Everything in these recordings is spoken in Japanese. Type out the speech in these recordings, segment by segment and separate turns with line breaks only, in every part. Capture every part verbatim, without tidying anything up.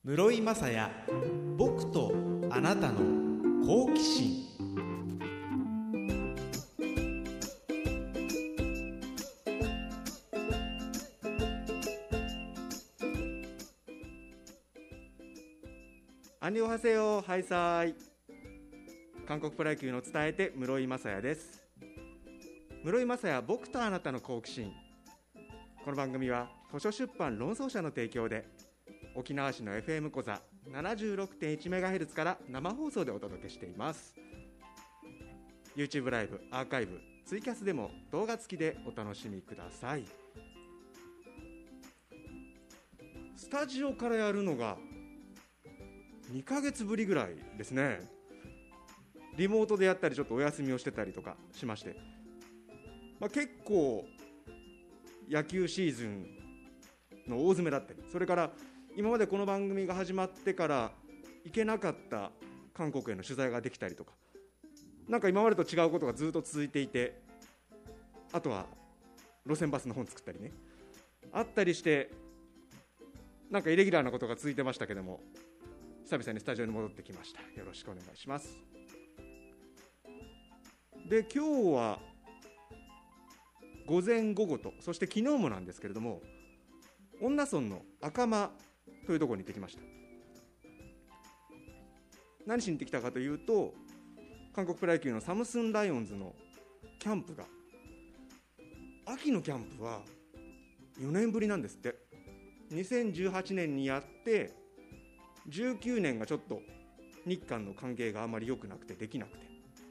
室井雅也、僕とあなたの好奇心。アンニョンハセヨ、ハイサイ。韓国プロ野球の伝えて室井雅也です。室井雅也、僕とあなたの好奇心。この番組は図書出版論争者の提供で沖縄市の エフエム コザ ななじゅうろくてんいちメガヘルツ から生放送でお届けしています。 YouTube ライブ、アーカイブ、ツイキャスでも動画付きでお楽しみください。スタジオからやるのがにかげつぶりぐらいですね。リモートでやったりちょっとお休みをしてたりとかしまして、まあ、結構野球シーズンの大詰めだったり、それから今までこの番組が始まってから行けなかった韓国への取材ができたりとか、なんか今までと違うことがずっと続いていて、あとは路線バスの本作ったりね、あったりして、なんかイレギュラーなことが続いてましたけども、久々にスタジオに戻ってきました。よろしくお願いします。で、今日は午前午後と、そして昨日もなんですけれども、恩納村の赤間というところに行ってきました。何しに行ってきたかというと、韓国プロ野球のサムスンライオンズのキャンプが、秋のキャンプはよねんぶりなんですって。にせんじゅうはちねんにやってじゅうきゅうねんがちょっと日韓の関係があまり良くなくてできなくて、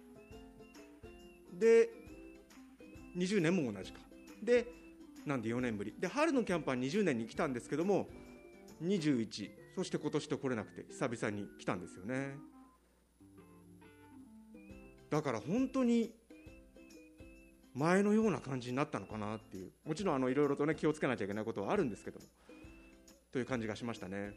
でにじゅうねんも同じかで、なんでよねんぶりで、春のキャンプはにじゅうねんに来たんですけども、にじゅういち、そして今年と来れなくて久々に来たんですよね。だから本当に前のような感じになったのかなっていう、もちろんあのいろいろとね気をつけなきゃいけないことはあるんですけども、という感じがしましたね。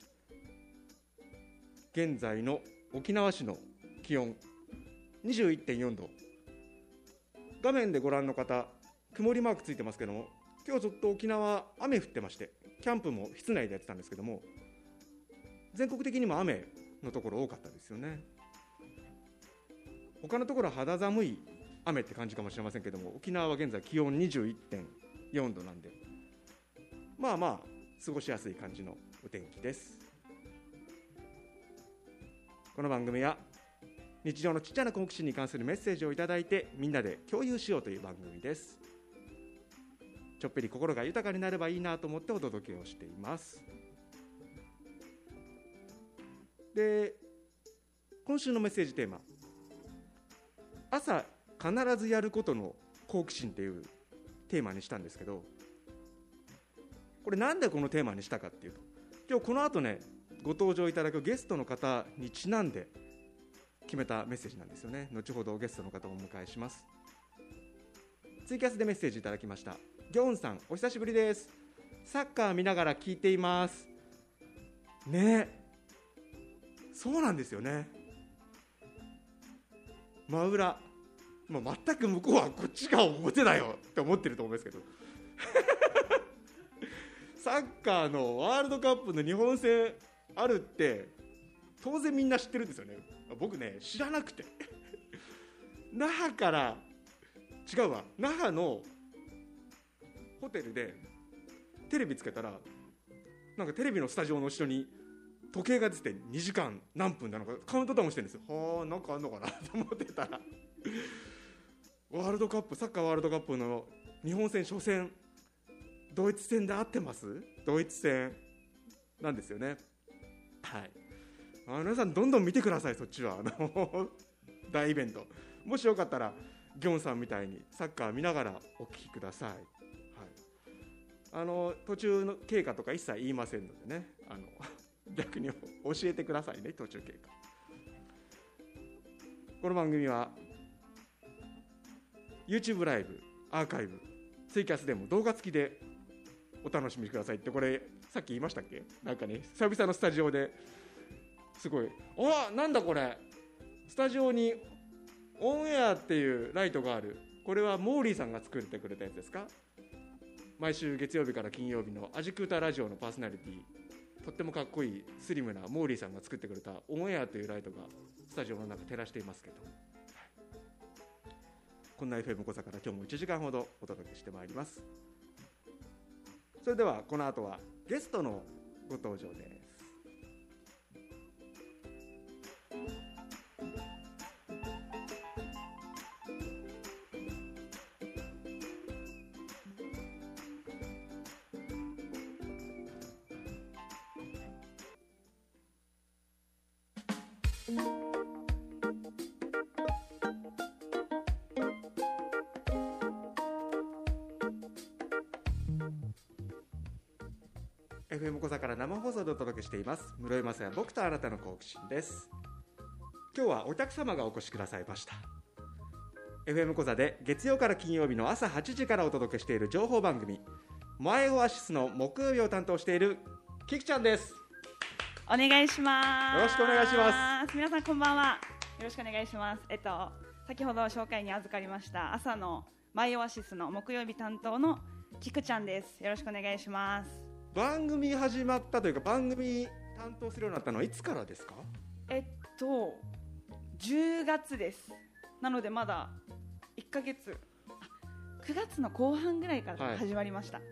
現在の沖縄市の気温 にじゅういってんよんど、画面でご覧の方曇りマークついてますけども、今日ちょっと沖縄雨降ってまして、キャンプも室内でやってたんですけども、全国的にも雨のところ多かったですよね。他のところは肌寒い雨って感じかもしれませんけども、沖縄は現在気温 にじゅういってんよんどなんで、まあまあ過ごしやすい感じのお天気です。この番組は日常のちっちゃな好奇心に関するメッセージをいただいてみんなで共有しようという番組です。ちょっぴり心が豊かになればいいなと思ってお届けをしています。で、今週のメッセージテーマ、朝必ずやることの好奇心っていうテーマにしたんですけど、これなんでこのテーマにしたかっていうと、今日この後ねご登場いただくゲストの方にちなんで決めたメッセージなんですよね。後ほどゲストの方をお迎えします。ツイキャスでメッセージいただきましたギョンさん、お久しぶりです。サッカー見ながら聞いていますね。そうなんですよね。真裏、もう全く向こうはこっちが表だよって思ってると思うんですけどサッカーのワールドカップの日本戦あるって当然みんな知ってるんですよね。僕ね知らなくて那覇から違うわ那覇のホテルでテレビつけたら、なんかテレビのスタジオの後ろに時計が出てにじかん何分なのかカウントダウンしてるんですよ。はあ、なんかあんのかなと思ってたらワールドカップ、サッカーワールドカップの日本戦初戦、ドイツ戦で合ってます？ドイツ戦なんですよね。はい、あの皆さんどんどん見てください。そっちはあの大イベント、もしよかったらギョンさんみたいにサッカー見ながらお聞きください。はい、あの途中の経過とか一切言いませんのでね、あの逆に教えてくださいね、途中経過。この番組は YouTube ライブ、アーカイブ、ツイキャスでも動画付きでお楽しみくださいって、これさっき言いましたっけ？なんかね、久々のスタジオですごい、あ、なんだこれ、スタジオにオンエアっていうライトがある。これはモーリーさんが作ってくれたやつですか？毎週月曜日から金曜日のアジクータラジオのパーソナリティとってもかっこいいスリムなモーリーさんが作ってくれたオンエアというライトがスタジオの中照らしていますけど、はい、こんな エフエム 小坂から今日もいちじかんほどお届けしてまいります。それではこの後はゲストのご登場です。エフエム 小坂から生放送でお届けしています室井雅也、僕とあなたの好奇心です。今日はお客様がお越しくださいました。 エフエム 小座で月曜から金曜日の朝はちじからお届けしている情報番組マイオアシスの木曜日を担当しているキクちゃんです。
お願いします。
よろしくお願いします。
皆さんこんばんは。よろしくお願いします。えっと先ほど紹介に預かりました朝のマイオアシスの木曜日担当のキクちゃんです。よろしくお願いします。
番組始まったというか番組担当するようになったのはいつからですか？
えっとじゅうがつです。なのでまだいっかげつ、くがつの後半ぐらいから始まりました、はい、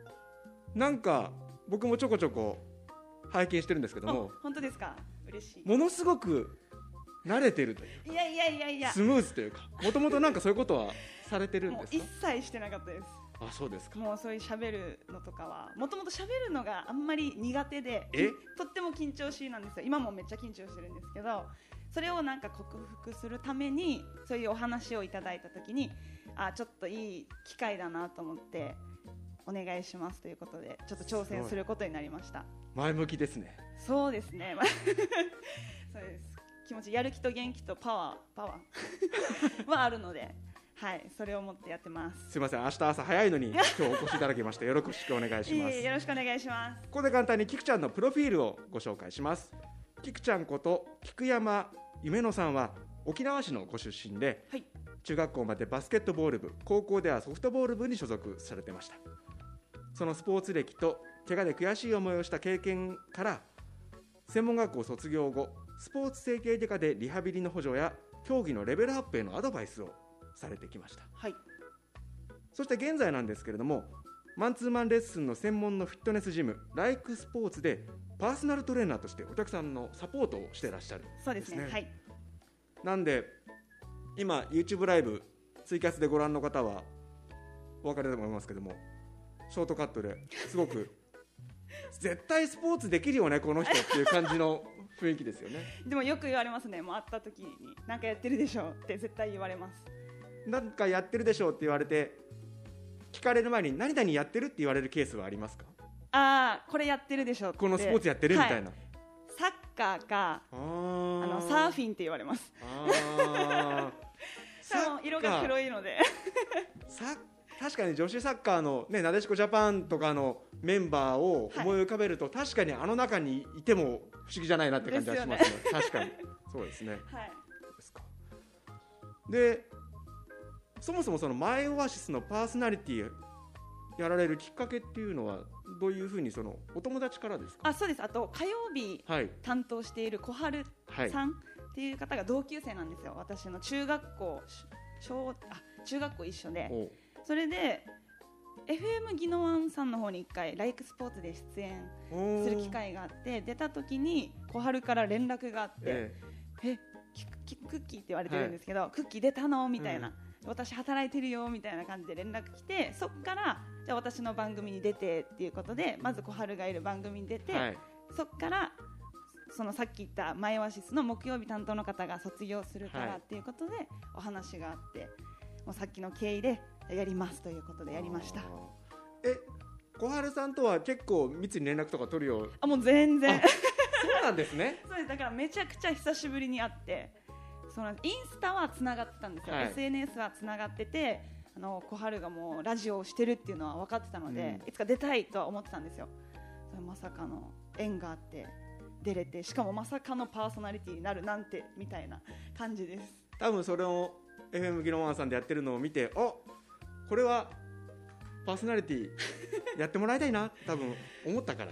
なんか僕もちょこちょこ拝見してるんですけども。
本当ですか？嬉しい。
ものすごく慣れてるというか、
いやいやいやいや
スムーズというか、もともとなんかそういうことはされてるんですか？
もう一切してなかったです。
あ、そうですか。
もうそういう喋るのとかはもともと喋るのがあんまり苦手で、
え
とっても緊張しいなんですよ。今もめっちゃ緊張してるんですけど、それをなんか克服するためにそういうお話をいただいた時に、あ、ちょっといい機会だなと思ってお願いしますということでちょっと挑戦することになりました。
前向きですね。
そうですねそうです。気持ち、やる気と元気とパワーパワーはあるので、はい、それを持ってやってます。
すいません、明日朝早いのに今日お越しいただきましてよろしくお願いします。
いいよろしくお願いします。
ここで簡単にキクちゃんのプロフィールをご紹介します。キクちゃんこと菊山夢乃さんは沖縄市のご出身で、はい、中学校までバスケットボール部、高校ではソフトボール部に所属されてました。そのスポーツ歴と怪我で悔しい思いをした経験から専門学校卒業後、スポーツ整形外科でリハビリの補助や競技のレベルアップへのアドバイスをされてきました、はい、そして現在なんですけれども、マンツーマンレッスンの専門のフィットネスジムライクスポーツでパーソナルトレーナーとしてお客さんのサポートをしていらっしゃるんですね。
そうですね、はい、
なんで今 YouTube ライブツイキャスでご覧の方はお分かりだと思いますけども、ショートカットですごく絶対スポーツできるよねこの人っていう感じの雰囲気ですよね。
でもよく言われますね。もう会った時に何かやってるでしょって絶対言われます。
なんかやってるでしょって言われて聞かれる前に何々やってるって言われるケースはありますか？
ああ、これやってるでしょって、
このスポーツやってるみたいな、
はい、サッカーかあのサーフィンって言われます。
あ
でも色が黒いので
サ確かに女子サッカーの、ね、なでしこジャパンとかのメンバーを思い浮かべると、はい、確かにあの中にいても不思議じゃないなって感じはしますね。ですよね確かにそうですね、はい、ですか。でそもそもそのマイオアシスのパーソナリティやられるきっかけっていうのはどういうふうに、そのお友達からですか？
あ、そうです。あと火曜日担当している小春さんっていう方が同級生なんですよ。私の中学校小あ中学校一緒で、それで エフエム ギノワンさんの方に一回ライクスポーツで出演する機会があって、出た時に小春から連絡があって、ええクッキーって言われてるんですけど、はい、クッキー出たのみたいな、うん、私働いてるよみたいな感じで連絡来て、そっからじゃあ私の番組に出てっていうことで、まず小春がいる番組に出て、はい、そっからそのさっき言ったマイオアシスの木曜日担当の方が卒業するからっていうことでお話があって、もうさっきの経緯でやりますということでやりました。
え、小春さんとは結構密に連絡とか取るよう？
あ、もう全然
そうなんですね
そうです。だからめちゃくちゃ久しぶりに会って、そのインスタはつながってたんですよ、はい、エスエヌエス はつながってて、あの小春がもうラジオをしてるっていうのは分かってたので、うん、いつか出たいとは思ってたんですよ。それまさかの縁があって出れて、しかもまさかのパーソナリティになるなんてみたいな感じです。
多分それを エフエム ギノワンさんでやってるのを見て、あ、これはパーソナリティやってもらいたいな多分思ったから
も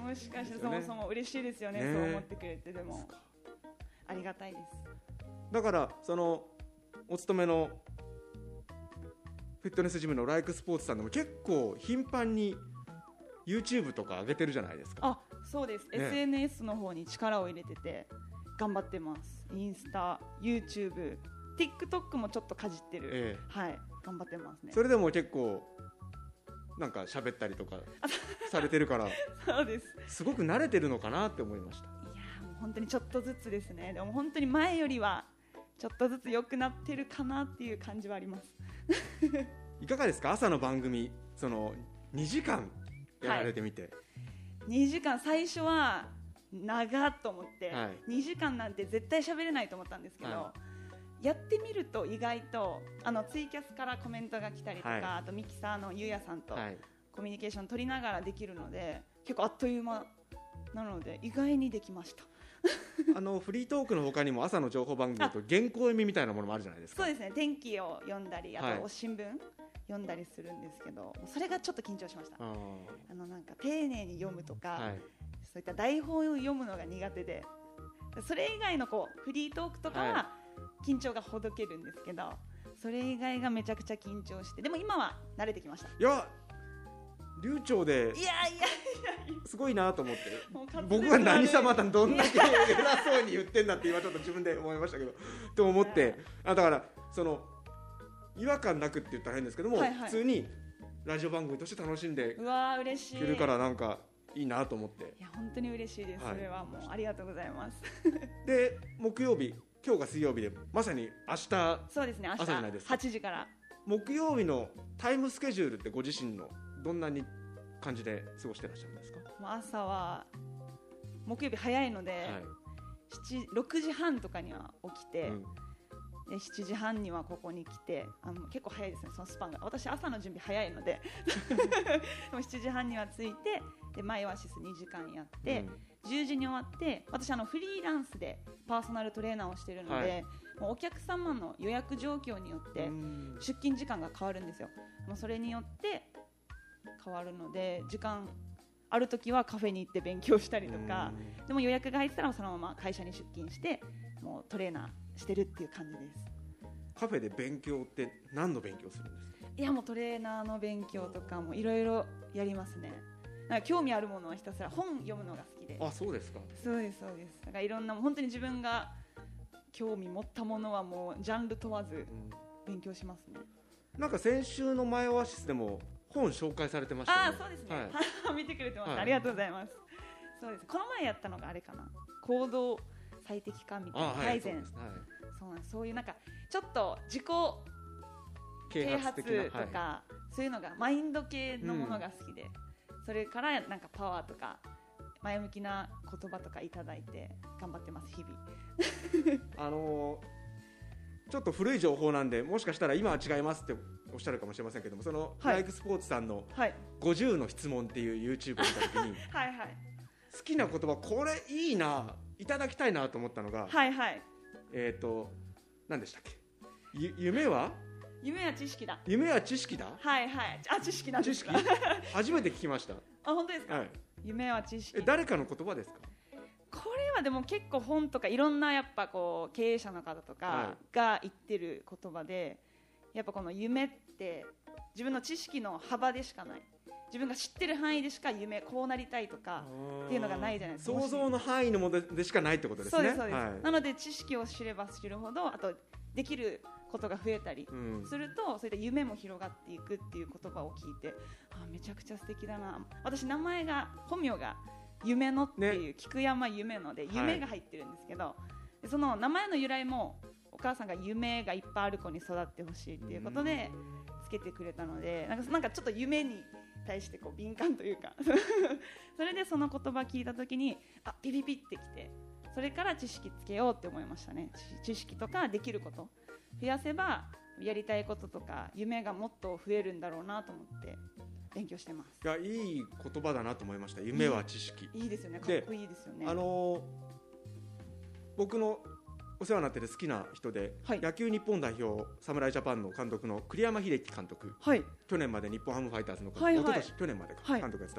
もしかしてそもそも嬉しいですよね、ね、そう思ってくれて。でもありがたいです。
だからそのお勤めのフィットネスジムのライクスポーツさんでも結構頻繁に YouTube とか上げてるじゃないですか。
あ、そうです、ね、エスエヌエス の方に力を入れてて頑張ってます。インスタ、 YouTube、 TikTok もちょっとかじってる、ええ、はい、頑張ってますね。
それでも結構なんか喋ったりとかされてるから
そうです、
すごく慣れてるのかなって思いました。
いやもう本当にちょっとずつですね。でも本当に前よりはちょっとずつ良くなってるかなっていう感じはあります
いかがですか、朝の番組そのにじかんやられてみて。はい、
にじかん最初は長っと思って、はい、にじかんなんて絶対喋れないと思ったんですけど、はい、やってみると意外とあのツイキャスからコメントが来たりとか、はい、あとミキサーのゆうやさんとコミュニケーション取りながらできるので、結構あっという間なので意外にできました
あのフリートークの他にも朝の情報番組だと原稿読みみたいなものもあるじゃないですか。
そうですね、天気を読んだり、あとお新聞、はい、読んだりするんですけど、それがちょっと緊張しました。ああのなんか丁寧に読むとか、はい、そういった台本を読むのが苦手で、それ以外のこうフリートークとかは緊張がほどけるんですけど、はい、それ以外がめちゃくちゃ緊張して、でも今は慣れてきました。
いや流暢で
いやいやいや
すごいなと思って、僕は何様だどんだけ偉そうに言ってんだって今ちょっと自分で思いましたけどと思って、あだからその違和感なくって言ったら変ですけども、はいはい、普通にラジオ番組として楽しんで
うわ嬉しい
くるからなんかいいなと思って。
いや本当に嬉しいです、はい、それはもうありがとうございます
で木曜日、今日が水曜日でまさに明日、
そうですね、明日はちじから。
木曜日のタイムスケジュールってご自身のどんなに感じで過ごしてらっしゃるんですか？
朝は木曜日早いので、はい、ろくじはんとかには起きて、うん、でしちじはんにはここに来て、あの結構早いですね、そのスパンが。私朝の準備早いのででもしちじはんには着いて、でマイオアシスにじかんやって、うん、じゅうじに終わって、私あのフリーランスでパーソナルトレーナーをしているので、はい、もうお客様の予約状況によって出勤時間が変わるんですよ。もうそれによって変わるので、時間ある時はカフェに行って勉強したりとか、でも予約が入ってたらそのまま会社に出勤してもうトレーナーしてるっていう感じです。
カフェで勉強って何の勉強するんですか？
いやもうトレーナーの勉強とかもいろいろやりますね。なんか興味あるものはひたすら本読むのが好きで。
あ、そうですか。
そうですそうです。だからいろんな本当に自分が興味持ったものはもうジャンル問わず勉強しますね。
うん、なんか先週のマイオアシスでも本紹介されてましたね。
あ、そうですね、はい、見てくれてます、はい、ありがとうございます。そうです、この前やったのがあれかな、行動最適化みたいな改善、はい、そうです、はい、そうなんです。そういうなんかちょっと自己啓発とか、はい、そういうのがマインド系のものが好きで、うん、それからなんかパワーとか前向きな言葉とかいただいて頑張ってます日々
あのー、ちょっと古い情報なんでもしかしたら今は違いますっておっしゃるかもしれませんけども、その、はい、ライクスポーツさんのごじゅうの質問っていう YouTube を見たときにはい、はい、好きな言葉これいいないただきたいなと思ったのが、
はいはい、
えっ、ー、と何でしたっけ、ゆ夢は
夢は知識だ
夢は知識だ
はいはい、あ知識なんですか。
知識初めて聞きました。
あ本当ですか、はい、夢は知識。
え誰かの言葉ですか？
これはでも結構本とかいろんなやっぱこう経営者の方とかが言ってる言葉で、はい、やっぱこの夢って自分の知識の幅でしかない、自分が知ってる範囲でしか夢こうなりたいとかっていうのがないじゃないですか。
想像の範囲のものでしかないってことですね。
そうですそうです、はい、なので知識を知れば知るほど、あとできることが増えたりすると、うん、そういった夢も広がっていくっていう言葉を聞いて、あめちゃくちゃ素敵だな。私名前が本名が夢野っていう、ね、菊山夢野で夢が入ってるんですけど、はい、でその名前の由来もお母さんが夢がいっぱいある子に育ってほしいっていうことでつけてくれたので、なんか、なんかちょっと夢に対してこう敏感というかそれでその言葉聞いた時にあピピピってきて、それから知識つけようって思いましたね。知識とかできること増やせばやりたいこととか夢がもっと増えるんだろうなと思って勉強してます。
いやいい言葉だなと思いました。夢は知識、
いいですよね、かっこいいですよね。
あのー、僕のお世話になってる好きな人で、はい、野球日本代表侍ジャパンの監督の栗山英樹監督、はい、去年まで日本ハムファイターズの監督、はいはい、一昨年去年まで監督やってた、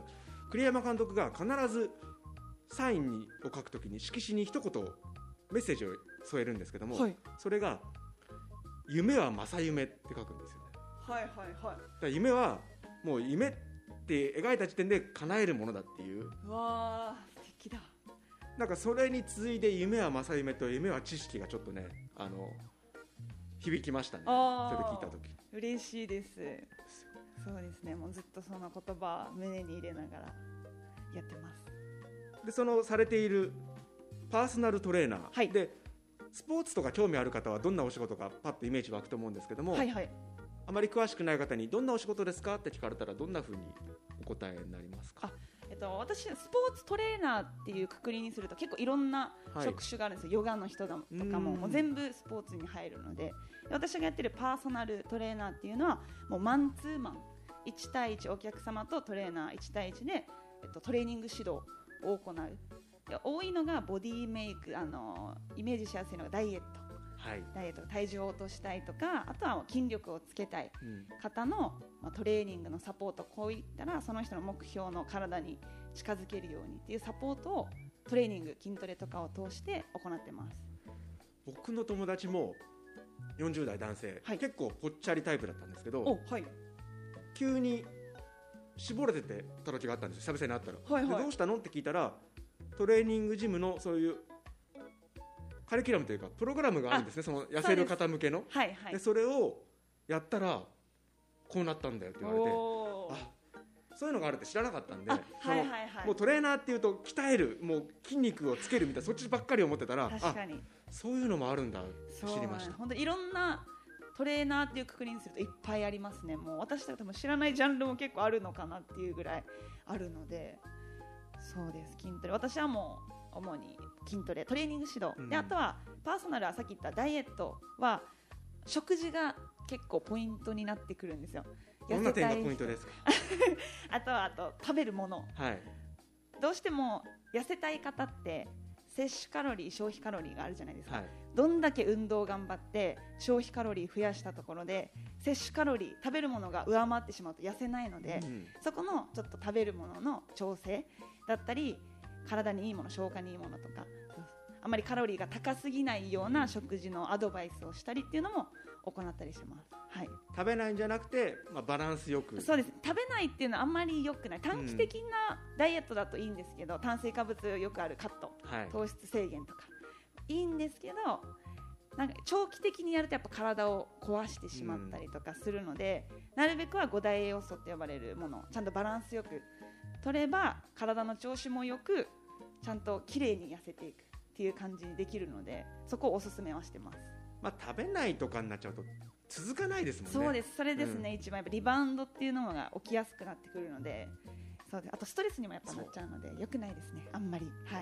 栗山監督が必ずサインにを書くときに色紙に一言メッセージを添えるんですけども、はい、それが夢は正夢って書くんですよね。
はいはいはい。だか
ら夢はもう夢って描いた時点で叶えるものだっていう。
うわー素敵だ。
なんかそれに続いて夢は正夢と夢は知識がちょっとねあの響きましたね。それで聞いた時
嬉しいです。そうですね、もうずっとその言葉胸に入れながらやってます。
でそのされているパーソナルトレーナー、はい、でスポーツとか興味ある方はどんなお仕事かパッとイメージ湧くと思うんですけども、はいはい、あまり詳しくない方にどんなお仕事ですかって聞かれたらどんなふうにお答えになりますか？
あ、えっと、私スポーツトレーナーっていうくくりにすると結構いろんな職種があるんですよ、はい、ヨガの人とかももう全部スポーツに入るので、私がやってるパーソナルトレーナーっていうのはもうマンツーマンいち対いちお客様とトレーナーいち対いちで、えっと、トレーニング指導を行う。で多いのがボディメイク、あのイメージしやすいのがダイエット、はい、ダイエット体重を落としたいとか、あとは筋力をつけたい方の、うんまあ、トレーニングのサポート、こういったらその人の目標の体に近づけるようにっていうサポートをトレーニング筋トレとかを通して行ってます。
僕の友達もよんじゅう代男性、はい、結構ぽっちゃりタイプだったんですけど、はい、急に絞れててた時があったんですよ、久々に会ったら、はいはい、でどうしたのって聞いたらトレーニングジムのそういうカリキュラムというかプログラムがあるんですね、その痩せる方向けの、はいはい、でそれをやったらこうなったんだよって言われて、あ、そういうのがあるって知らなかったんで、はいはいはい、もうトレーナーっていうと鍛える、もう筋肉をつけるみたいなそっちばっかり思ってたら、確かにあ、そういうのもあるんだって知りました。
本当いろんなトレーナーっていうくくりにするといっぱいありますね。もう私たちも知らないジャンルも結構あるのかなっていうぐらいあるので、そうです、筋トレ、私はもう主に筋トレ、トレーニング指導、うん、であとはパーソナルはさっき言ったダイエットは食事が結構ポイントになってくるんですよ。
どんな点がポイントですか？
あとはあと食べるもの、はい、どうしても痩せたい方って摂取カロリー消費カロリーがあるじゃないですか、はい、どんだけ運動頑張って消費カロリー増やしたところで摂取カロリー食べるものが上回ってしまうと痩せないので、うん、そこのちょっと食べるものの調整だったり体にいいもの、消化にいいものとか、あまりカロリーが高すぎないような食事のアドバイスをしたりっていうのも行ったりします、はい、
食べないんじゃなくて、まあ、バランスよく。
そうです、食べないっていうのはあんまり良くない。短期的なダイエットだといいんですけど、うん、炭水化物よくあるカット、はい、糖質制限とかいいんですけど、なんか長期的にやるとやっぱ体を壊してしまったりとかするので、うん、なるべくは五大栄養素って呼ばれるものをちゃんとバランスよく取れば体の調子もよくちゃんときれいに痩せていくっていう感じにできるので、そこをおすすめはしてます。
まあ、食べないとかになっちゃうと続かないですもんね。
そうです、それですね、うん、一番やっぱリバウンドっていうのが起きやすくなってくるので、そうです。あとストレスにもやっぱなっちゃうので良くないですね、あんまり、はい、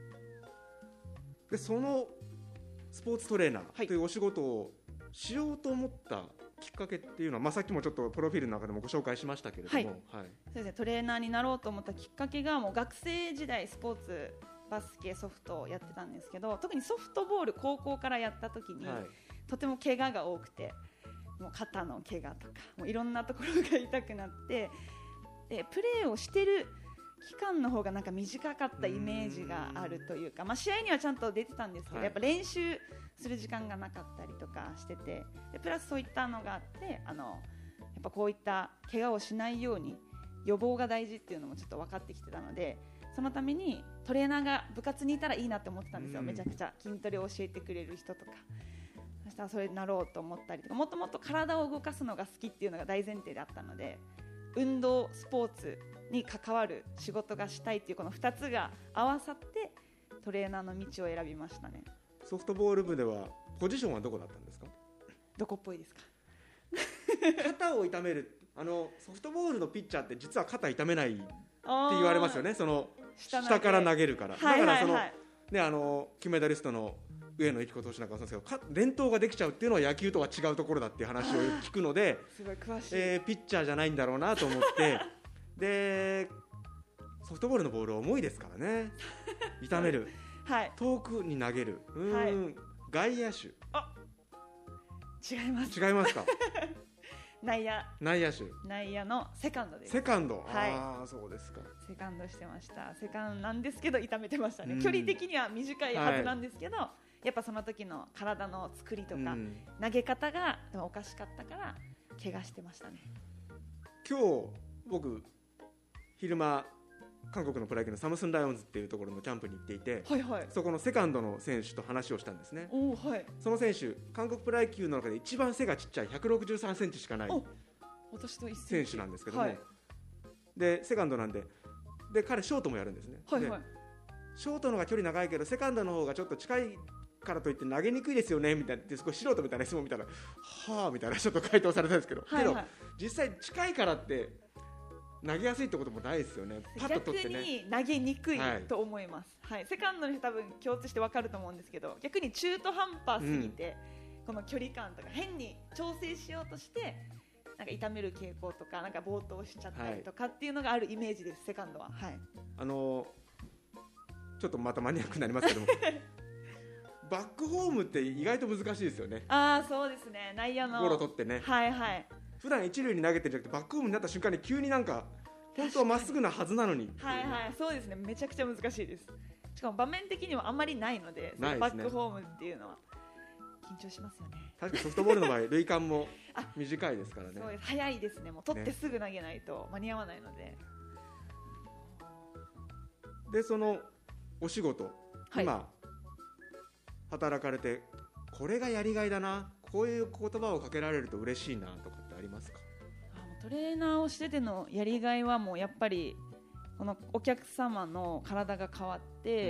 でそのスポーツトレーナーというお仕事をしようと思ったきっかけっていうのは、まあ、さっきもちょっとプロフィールの中でもご紹介しましたけれども、はいはい、
そうですね、トレーナーになろうと思ったきっかけがもう学生時代スポーツバスケソフトをやってたんですけど、特にソフトボール高校からやった時に、はい、とても怪我が多くて、もう肩の怪我とかもういろんなところが痛くなって、でプレーをしてる期間の方がなんか短かったイメージがあるというか、まあ、試合にはちゃんと出てたんですけど、はい、やっぱ練習する時間がなかったりとかしてて、でプラスそういったのがあって、あのやっぱこういった怪我をしないように予防が大事っていうのもちょっと分かってきてたので、そのためにトレーナーが部活にいたらいいなって思ってたんですよ。めちゃくちゃ筋トレを教えてくれる人とか、そしたらそれになろうと思ったりとか、もっともっと体を動かすのが好きっていうのが大前提であったので、運動スポーツに関わる仕事がしたいっていうこのふたつが合わさってトレーナーの道を選びましたね。
ソフトボール部ではポジションはどこだったんですか？
どこっぽいですか？
肩を痛める、あのソフトボールのピッチャーって実は肩痛めないって言われますよね。その下から投げるから、はいはいはい、だからその、ね、あの金メダリストの上野由岐子投手なんかもそうですけど、連投ができちゃうっていうのは野球とは違うところだっていう話を聞くので、
すごい詳しい、
えー、ピッチャーじゃないんだろうなと思ってでソフトボールのボールは重いですからね、痛める、はい、遠くに投げる、うーん、はい、外野手、
あ、違います
違いますか？
内野
内野手
内野のセカンドです。
セカンド、
はい、
ああそうですか。
セカンドしてました。セカンドなんですけど痛めてましたね、うん、距離的には短いはずなんですけど、はい、やっぱその時の体の作りとか、うん、投げ方がおかしかったから怪我してましたね。
今日僕昼間韓国のプロ野球のサムスンライオンズっていうところのキャンプに行っていて、
はいはい、
そこのセカンドの選手と話をしたんですね。
お、はい、
その選手韓国プロ野球の中で一番背がちっちゃいひゃくろくじゅうさんセンチしかない
私と一
選手なんですけども、
はい、
でセカンドなんでで彼ショートもやるんですね、
はいはい、
でショートの方が距離長いけどセカンドの方がちょっと近いからといって投げにくいですよねみたいな、少し素人みたいな質問みたいな、はあみたいなちょっと回答されたんですけど、はいはい、けど実際近いからって投げやすいってこともないですよね。パッと取ってね、
逆に投げにくいと思います、はいはい、セカンドの人多分共通して分かると思うんですけど、逆に中途半端すぎて、うん、この距離感とか変に調整しようとしてなんか痛める傾向とかなんか暴投しちゃったりとかっていうのがあるイメージです、セカンドは、はい、
あのちょっとまたマニアックになりますけどもバックホームって意外と難しいですよね。
ああそうですね、内野の
ゴロ取ってね、
はいはい、
普段一塁に投げてるんじゃなくてバックホームになった瞬間に急になんか本当はまっすぐなはずなのに、
はいはい、そうですね、めちゃくちゃ難しいです。しかも場面的にはあんまりないので、
ないですね、
バックホームっていうのは緊張しますよね。
確かにソフトボールの場合塁間も短いですからね。
そうです、早いですね、もう取ってすぐ投げないと間に合わないので、ね、
でそのお仕事、
はい、
今働かれてこれがやりがいだな、こういう言葉をかけられると嬉しいなとかってありますか？
あトレーナーをしててのやりがいはもうやっぱりこのお客様の体が変わって、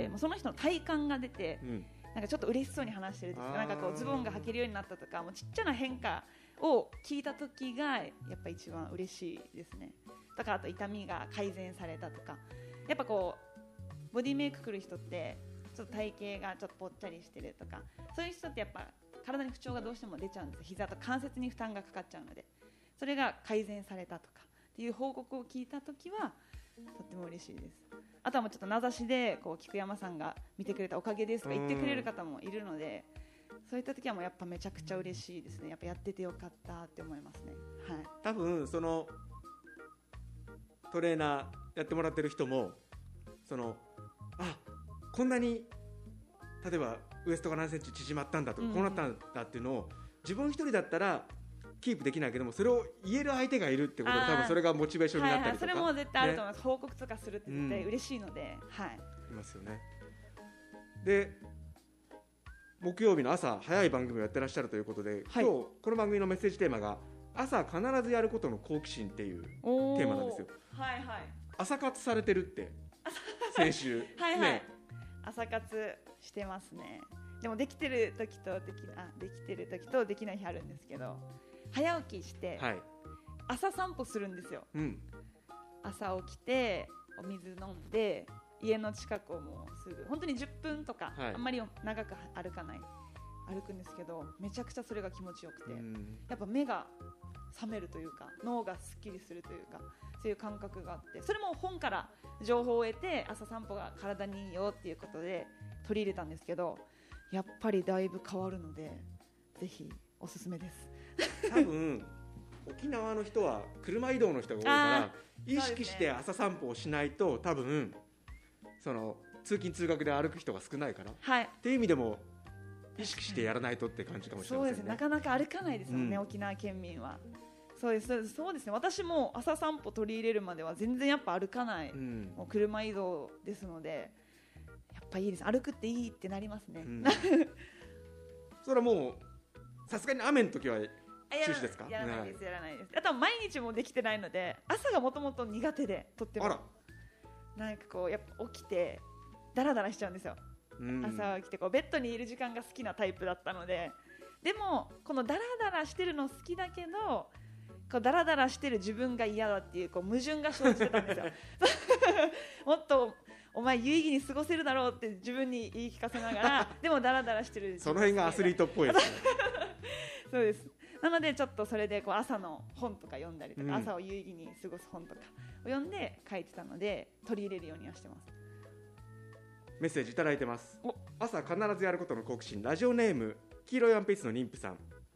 うん、もうその人の体感が出て、うん、なんかちょっと嬉しそうに話してるとか、なんかこうズボンが履けるようになったとか、もうちっちゃな変化を聞いた時がやっぱ一番嬉しいですね。だからあと痛みが改善されたとか、やっぱこうボディメイク来る人ってちょっと体型がちょっとぽっちゃりしてるとか、そういう人ってやっぱ体に不調がどうしても出ちゃうんです。膝と関節に負担がかかっちゃうので、それが改善されたとかっていう報告を聞いたときはとっても嬉しいです。あとはもうちょっと名指しでこう菊山さんが見てくれたおかげですとか言ってくれる方もいるので、そういった時はもうやっぱめちゃくちゃ嬉しいですね。やっぱやっててよかったって思いますね、はい、
多分そのトレーナーやってもらってる人もそのあこんなに例えばウエストが何センチ縮まったんだとか、うん、こうなったんだっていうのを自分一人だったらキープできないけども、それを言える相手がいるってことで多分それがモチベーションになったりとか、
はいはい、それも絶対あると思います、ね、報告とかするって絶対嬉しいので、うん、はい、
いますよね。で木曜日の朝早い番組をやってらっしゃるということで、はい、今日この番組のメッセージテーマが朝必ずやることの好奇心っていうテーマなんですよ。
はいはい、
朝活されてるって先週
はい、はいね、朝活してますね。でもできてる時とできあできてる時とできない日あるんですけど、早起きして朝散歩するんですよ、はい、うん、朝起きてお水飲んで家の近くをもうすぐ本当にじゅっぷんとか、はい、あんまり長く歩かない歩くんですけど、めちゃくちゃそれが気持ちよくて、やっぱ目が覚めるというか脳がすっきりするというか、そういう感覚があって、それも本から情報を得て朝散歩が体にいいよっていうことで取り入れたんですけど、やっぱりだいぶ変わるのでぜひおすすめです。
多分沖縄の人は車移動の人が多いから意識して朝散歩をしないと、多分その通勤通学で歩く人が少ないから、はい、っていう意味でも意識してやらないとって感じかもしれませんね。
そうですね、なかなか歩かないですもんね、うん、沖縄県民は。そうですそうですそうですね、私も朝散歩取り入れるまでは全然やっぱ歩かない、うん、もう車移動ですので、やっぱいいです、歩くっていいってなりますね、うん、
それはもうさすがに雨の時は中止ですか？
やらないですやらないです。あとは毎日もできてないので、朝がもともと苦手で、とってもなんかこうやっぱ起きてダラダラしちゃうんですよ、うん、朝起きてこうベッドにいる時間が好きなタイプだったので、でもこのダラダラしてるの好きだけどこうダラダラしてる自分が嫌だっていう、こう矛盾が生じてたんですよもっとお前有意義に過ごせるだろうって自分に言い聞かせながらでもダラダラしてる
その辺がアスリートっぽいですね
そうです。なのでちょっとそれでこう朝の本とか読んだりとか、うん、朝を有意義に過ごす本とかを読んで書いてたので取り入れるようにはしてます。
メッセージいただいてます。朝必ずやることの好奇心、ラジオネーム黄色いワンピースの妊婦さん。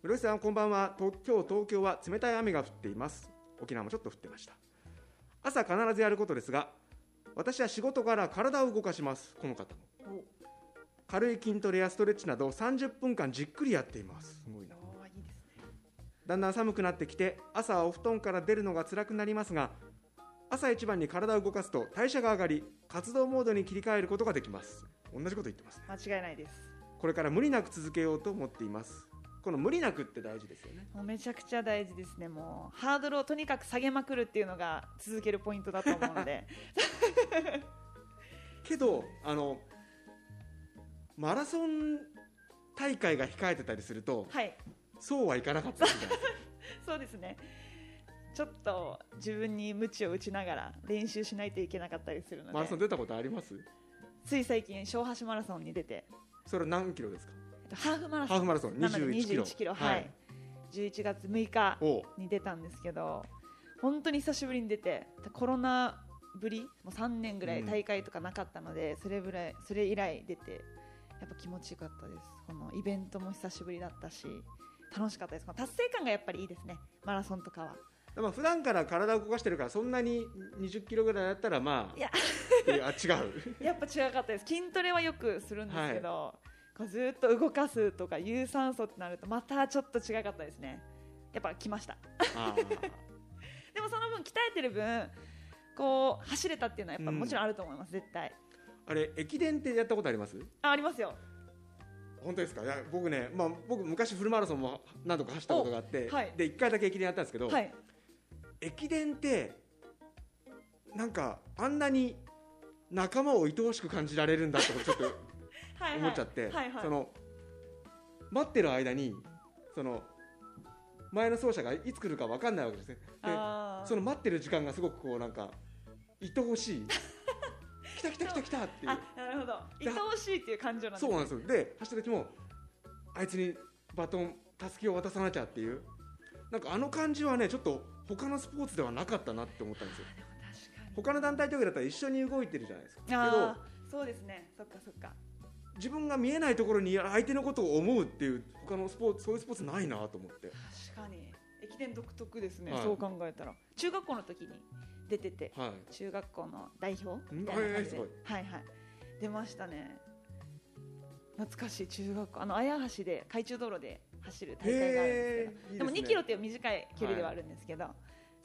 室井さんこんばんは。今日東京は冷たい雨が降っています。沖縄もちょっと降ってました。朝必ずやることですが、私は仕事から体を動かします。この方も軽い筋トレやストレッチなどさんじゅっぷんかんじっくりやっています。すごいな。
いいですね。
だんだん寒くなってきて朝はお布団から出るのが辛くなりますが、朝一番に体を動かすと代謝が上がり活動モードに切り替えることができます。同じこと言ってますね。
間違いないです。
これから無理なく続けようと思っています。この無理なくって大事ですよね。
もうめちゃくちゃ大事ですね。もうハードルをとにかく下げまくるっていうのが続けるポイントだと思うので
けどあのマラソン大会が控えてたりすると、はい、そうはいかなかったりするじゃないですか
そうですね。ちょっと自分に鞭を打ちながら練習しないといけなかったりするので。
マラソン出たことあります？
つい最近小橋マラソンに出て。
それは何キロですか？
ハーフマラソン。
ハーフマラソンにじゅういちキロ。
にじゅういちキロ、はい、はい、じゅういちがつむいかに出たんですけど、本当に久しぶりに出て、コロナぶりもうさんねんぐらい大会とかなかったので、うん、それぐらいそれ以来出てやっぱ気持ちよかったです。このイベントも久しぶりだったし楽しかったです。この達成感がやっぱりいいですね、マラソンとかは。
まあ普段から体を動かしてるからそんなににじゅっキロぐらいだったらまあ、いやあ違う
やっぱ違かったです。筋トレはよくするんですけど、はい、こうずっと動かすとか有酸素ってなるとまたちょっと違かったですね。やっぱ来ましたあでもその分鍛えてる分こう走れたっていうのはやっぱもちろんあると思います、うん、絶対。
あれ駅伝ってやったことあります？
あ、ありますよ。
本当ですか？いや僕ね、まあ、僕昔フルマラソンも何度か走ったことがあって、はい、でいっかいだけ駅伝やったんですけど、はい、駅伝ってなんかあんなに仲間を愛おしく感じられるんだってちょっと思っちゃってはい、はい、その待ってる間にその前の走者がいつ来るか分かんないわけですね。でその待ってる時間がすごくこうなんか愛おしい来た来た来た来たっていう。
あ、なるほど。愛おしいっていう感情なんですね。
そうなんですよ。で走った時もあいつにバトンたすきを渡さなきゃっていうなんかあの感じはねちょっと他のスポーツではなかったなって思ったんですよ。でも確かに他の団体競技だったら一緒に動いてるじゃないですか。けど
そうですね。そっかそっか。
自分が見えないところに相手のことを思うっていう他のスポーツそういうスポーツないなと思って。
確かに駅伝独特ですね、はい、そう考えたら中学校の時に出てて、はい、中学校の代表みたいな感じで、はいはいはい、出ましたね。懐かしい。中学校あの綾橋で海中道路で走る大会があるんですけど、で, でもにキロっていう短い距離ではあるんですけど、はい、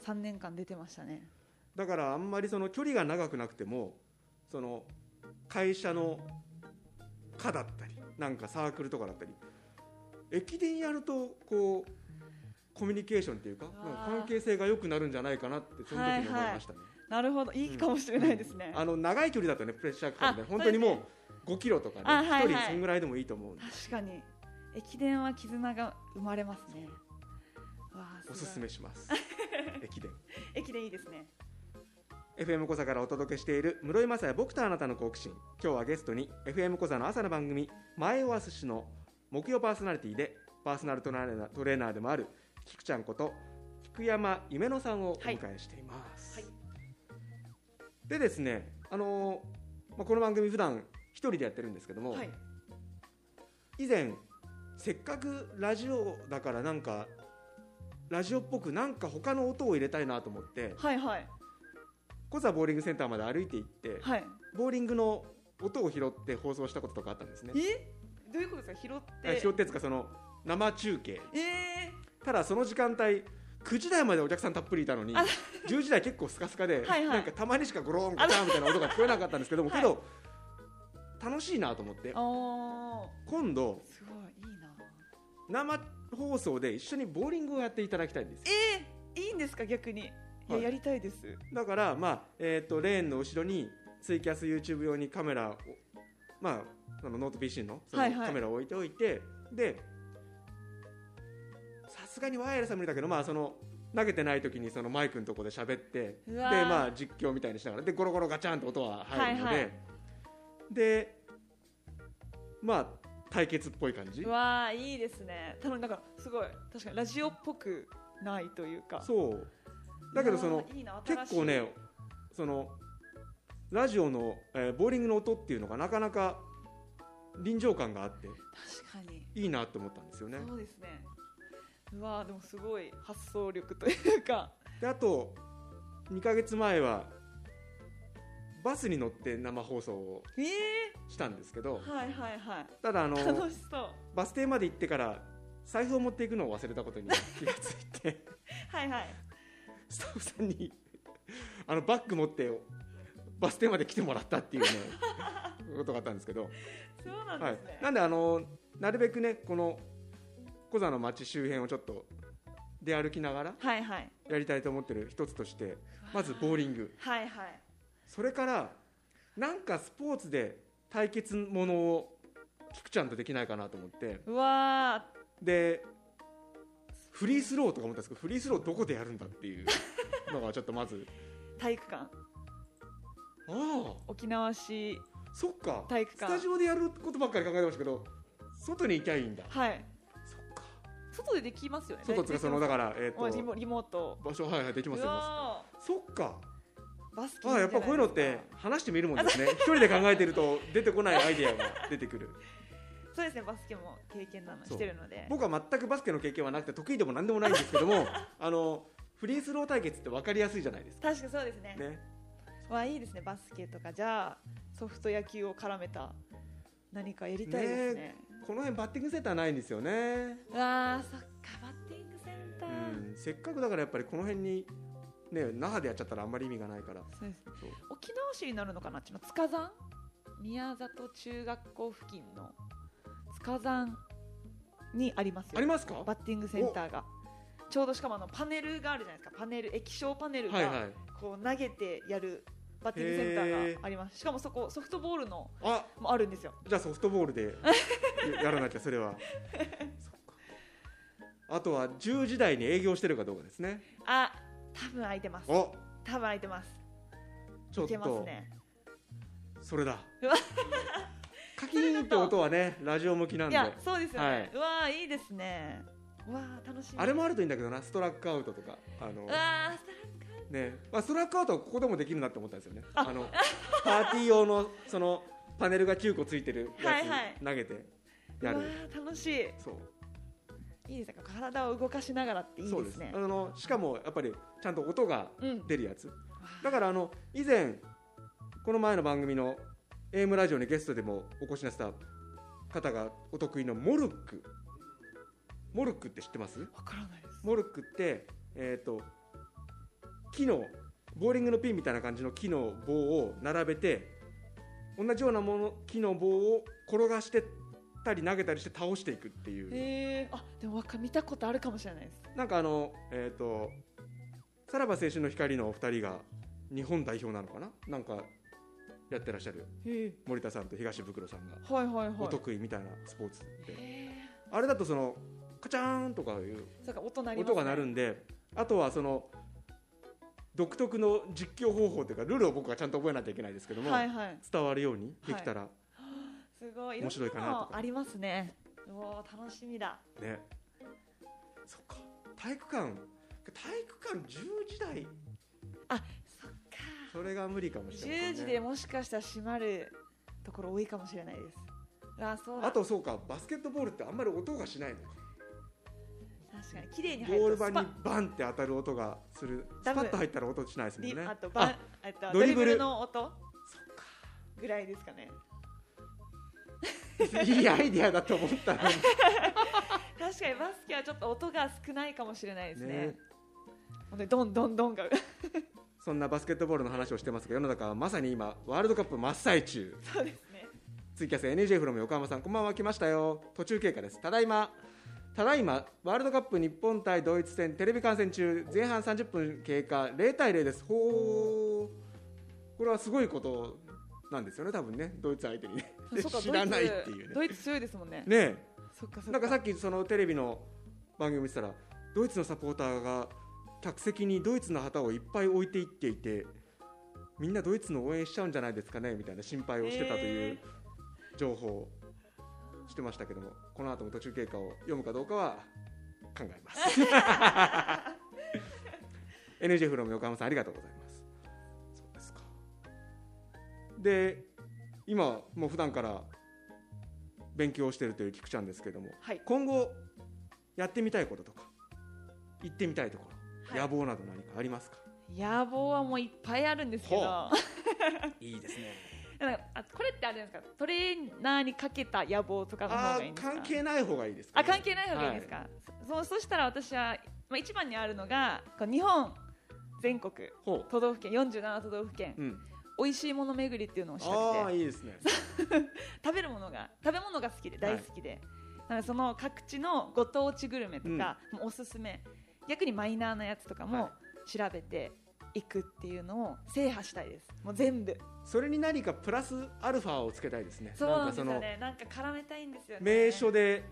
さんねんかん出てましたね。
だからあんまりその距離が長くなくてもその会社の課だったりなんかサークルとかだったり駅伝やるとこうコミュニケーションっていうか関係性が良くなるんじゃないかなってその時に思いましたね。はいはい、
なるほど、いいかもしれないですね。
うん、あの長い距離だとねプレッシャーかかるんで本当にもうごキロとかねひとりそんぐらいでもいいと思うんで。
確かに駅伝は絆が生まれますね。
わおすすめします駅伝
駅伝いいですね。
エフエム コザからお届けしている室井雅也僕とあなたの好奇心。今日はゲストに エフエム コザの朝の番組前オアシスの木曜パーソナリティでパーソナルトレーナーでもある菊ちゃんこと菊山夢乃さんをお迎えしています、はいはい、でですね、あのーまあ、この番組普段一人でやってるんですけども、はい、以前せっかくラジオだからなんかラジオっぽくなんか他の音を入れたいなと思って、はいはい、コザボーリングセンターまで歩いて行って、はい、ボーリングの音を拾って放送したこととかあったんですね。
えどういうことですか？拾って
拾ってつかその生中継、
えー、
ただその時間帯くじ台までお客さんたっぷりいたのにじゅうじ台結構スカスカではい、はい、なんかたまにしかゴロンガチャンみたいな音が聞こえなかったんですけども、はい、けど楽しいなと思って今度
すごいいいな
生放送で一緒にボーリングをやっていただきたいんです。
えー、いいんですか？逆にいや、はい、やりたいです。
だから、まあえー、とレーンの後ろにツイキャス YouTube 用にカメラを、まあ、そのノート ピーシー の, そのカメラを置いておいて、はいはい、でさすがにワイヤレスは無理だけど、まあ、その投げてない時にそのマイクのところで喋ってで、まあ、実況みたいにしながらでゴロゴロガチャンと音は入るので、はいはい、でまあ対決っぽい感じ。
うわーいいですね。多分だからすごい確かにラジオっぽくないというか。
そうだけどそのいいな結構ねそのラジオの、えー、ボーリングの音っていうのがなかなか臨場感があって
確かに
いいなと思ったんですよね。
そうですね。 うわでもすごい発想力というか。
であとにかげつまえはバスに乗って生放送をしたんですけど、
えー、はいはいはい。
ただあの
楽しそう。
バス停まで行ってから財布を持っていくのを忘れたことに気がついて
はいはい。
スタッフさんにあのバッグ持ってバス停まで来てもらったっていうねことがあったんですけど、
そうなんですね、
はい、なんであのなるべくねこのコザの街周辺をちょっと出歩きながらやりたいと思ってる一つとして、はいはい、まずボーリング、
はいはい、
それからなんかスポーツで対決ものを菊ちゃんとできないかなと思って、
うわ
でフリースローとか思ったんですけど、フリースローどこでやるんだっていうのがちょっとまず
体育館、
ああ
沖縄市
そっか
体育館、
スタジオでやることばっかり考えてましたけど外に行きゃいいんだ。
はい、そっか外でできますよね。
外ってそのだから、えー、と
リモ、リモート
場所、はいはい、できますよ。そっか、
バスケ
ああやっぱこういうのって話してみるもんですね一人で考えてると出てこないアイデアが出てくる
そうですね、バスケも経験なのしてるので、
僕は全くバスケの経験はなくて得意でも何でもないんですけどもあのフリースロー対決って分かりやすいじゃないですか。
確かそうですね。ね、わいいですね。バスケとかじゃあソフト野球を絡めた何かやりたいです ね, ね
この辺バッティングセンターないんですよね。
あーそっか、バッティングセンター、
うん、せっかくだからやっぱりこの辺にね、那覇でやっちゃったらあんまり意味がないから。
そうです。そう、沖縄市になるのかな、ちの塚山宮里中学校付近の塚山にありますよ。
ありますか、
バッティングセンターが。ちょうどしかもあのパネルがあるじゃないですか。パネル、液晶パネルがこう投げてやるバッティングセンターがあります。しかもそこソフトボールの
あ
もあるんですよ。
じゃあソフトボールでやらなきゃそれはそっか。あとはじゅうじ台に営業してるかどうかですね。
あ、多分空いてます。多分空いてます。
ちょっと、
ね、
それだカキーンって音はねラジオ向きなんで。いや
そうですよね、はい、うわいいですね。うわ楽しみ。
あれもあるといいんだけどな、ストラックアウトとか、あの
うわストラックアウト、
ね、まあ、ストラックアウトはここでもできるなって思ったんですよね。あのパーティー用のそのパネルがきゅうこついてるやつ投げてやる、はいはい、
うわ楽しい。そういいですね、体を動かしながらっていいですね。そうです。
あのしかもやっぱりちゃんと音が出るやつ、うん、だからあの以前この前の番組の エーエム ラジオにゲストでもお越しなさった方がお得意のモルック。モルックって知ってます？
わからないです。
モルックって、えーと、木のボーリングのピンみたいな感じの木の棒を並べて同じようなもの木の棒を転がしてたり投げたりして倒していくっていう。
へー、あ、でも見たことあるかもしれないです。
なんかあの、えーと、さらば青春の光のお二人が日本代表なのかな、なんかやってらっしゃる森田さんと東袋さんが、はいはいはい、お得意みたいなスポーツで、あれだとそのカチャーンとかいう音が鳴るんで、あとはその独特の実況方法というかルールを僕はちゃんと覚えなきゃいけないですけども、はいはい、伝わるようにできたら、はい、
すごい
面白いかなとか。
ありますね。お楽しみだ
ね。そっか、体育館体育館じゅうじ台、
あ、そっか、
それが無理かもしれない、ね、
じゅうじでもしかしたら閉まるところ多いかもしれないです。あ、そうだ。
あとそうか、バスケットボールってあんまり音がしないのか。
確かに綺麗に入ると
ボール板にバンって当たる音がする。スパッと入ったら音しないですもんね。
あとバン、あとドリブルの音、そっかぐらいですかね。
いいアイディアだと思ったのに
確かにバスケはちょっと音が少ないかもしれないですね。ね、本当にドンドンドンが
そんなバスケットボールの話をしてますが、世の中はまさに今ワールドカップ真っ最中。
そうですね。
ツイキャス エヌジェー フロム横浜さん、こんばんは。来ましたよ。途中経過です。ただいまただいまワールドカップ日本対ドイツ戦テレビ観戦中、前半さんじゅっぷん経過、ゼロたいゼロです。ほー、これはすごいことなんですよね、多分ね、ドイツ相手にね知らないっていうね。
ドイツ強いですもんね。
ねえ、そっかそっか。なんかさっきそのテレビの番組見てたら、ドイツのサポーターが客席にドイツの旗をいっぱい置いていっていて、みんなドイツの応援しちゃうんじゃないですかねみたいな心配をしてたという情報をしてましたけども、この後も途中経過を読むかどうかは考えます。エヌジェー フロム横浜さん、ありがとうございます。そうですか。で、今もう普段から勉強しているという菊ちゃんですけども、はい、今後やってみたいこととか行ってみたいところ、はい、野望など何かありますか？
野望はもういっぱいあるんですけど
いいですね。
あ、これってあれですか、トレーナーにかけた野望とかの方がいいんですか？
関係ない方がいいですか、ね、
あ、関係ない方がいいですか、はい、そ, そしたら私は、まあ、一番にあるのが日本全国都道府県よんじゅうなな都道府県、うん、美味しいもの巡りっていうのをしたくて。
あ、いいですね
食べるものが食べ物が好きで大好きで、はい、なのでその各地のご当地グルメとか、うん、もうおすすめ、逆にマイナーなやつとかも調べていくっていうのを制覇したいです。もう全部
それに何かプラスアルファをつけたいですね。
そうなんですよね。なんか絡めたいんですよね。
名所で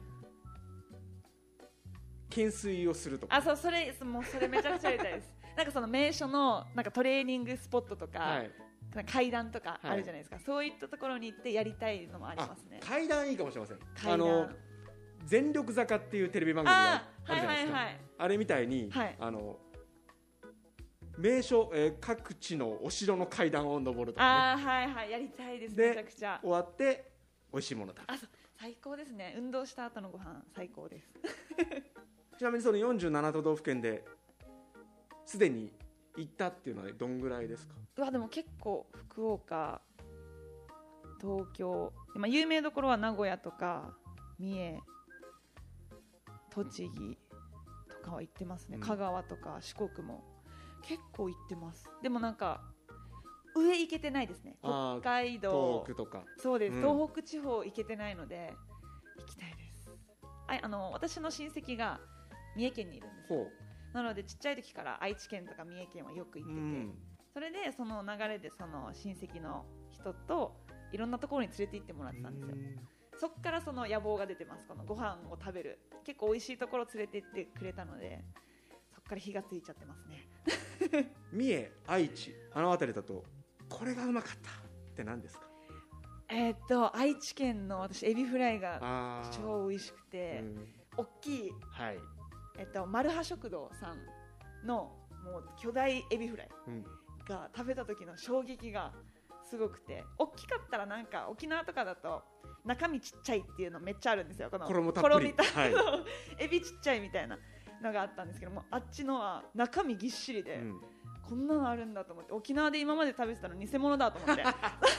懸垂をするとか。
あ、そう、それもうそれめちゃくちゃやりたいですなんかその名所のなんかトレーニングスポットとか、はい、階段とかあるじゃないですか、はい、そういったところに行ってやりたいのもありますね。
階段いいかもしれません。あの全力坂っていうテレビ番組があるじゃないですか。 あ,、はいはいはい、あれみたいに、はい、あの名所、えー、各地のお城の階段を登るとかね。
あ、はいはい、やりたいです。めちゃくちゃ
終わって美味しいもの食べる。
あ、そう、最高ですね。運動した後のご飯最高です
ちなみにそのよんじゅうなな都道府県ですでに行ったっていうのはどんぐらいですか？
うわ、でも結構福岡、東京、まあ、有名どころは名古屋とか三重、栃木とかは行ってますね、うん、香川とか四国も結構行ってます。でもなんか上行けてないですね。北海道、
東北とか。
そうです、うん、東北地方行けてないので行きたいです。あ、あの私の親戚が三重県にいるんですよ。なのでちっちゃい時から愛知県とか三重県はよく行ってて、うん、それでその流れでその親戚の人といろんなところに連れて行ってもらってたんですよ。そっからその野望が出てます。このご飯を食べる、結構美味しいところ連れて行ってくれたので、そっから火がついちゃってますね
三重、愛知、あの辺りだとこれがうまかったって何ですか？
えー、っと愛知県の私エビフライが超美味しくて、大きい、はい、えっと、マルハ食堂さんのもう巨大エビフライが食べた時の衝撃がすごくて、大きかったらなんか沖縄とかだと中身ちっちゃいっていうのめっちゃあるんですよ。この
衣たっぷり、
はい、エビちっちゃいみたいなのがあったんですけども、あっちのは中身ぎっしりで、うん、こんなのあるんだと思って、沖縄で今まで食べてたの偽物だと思って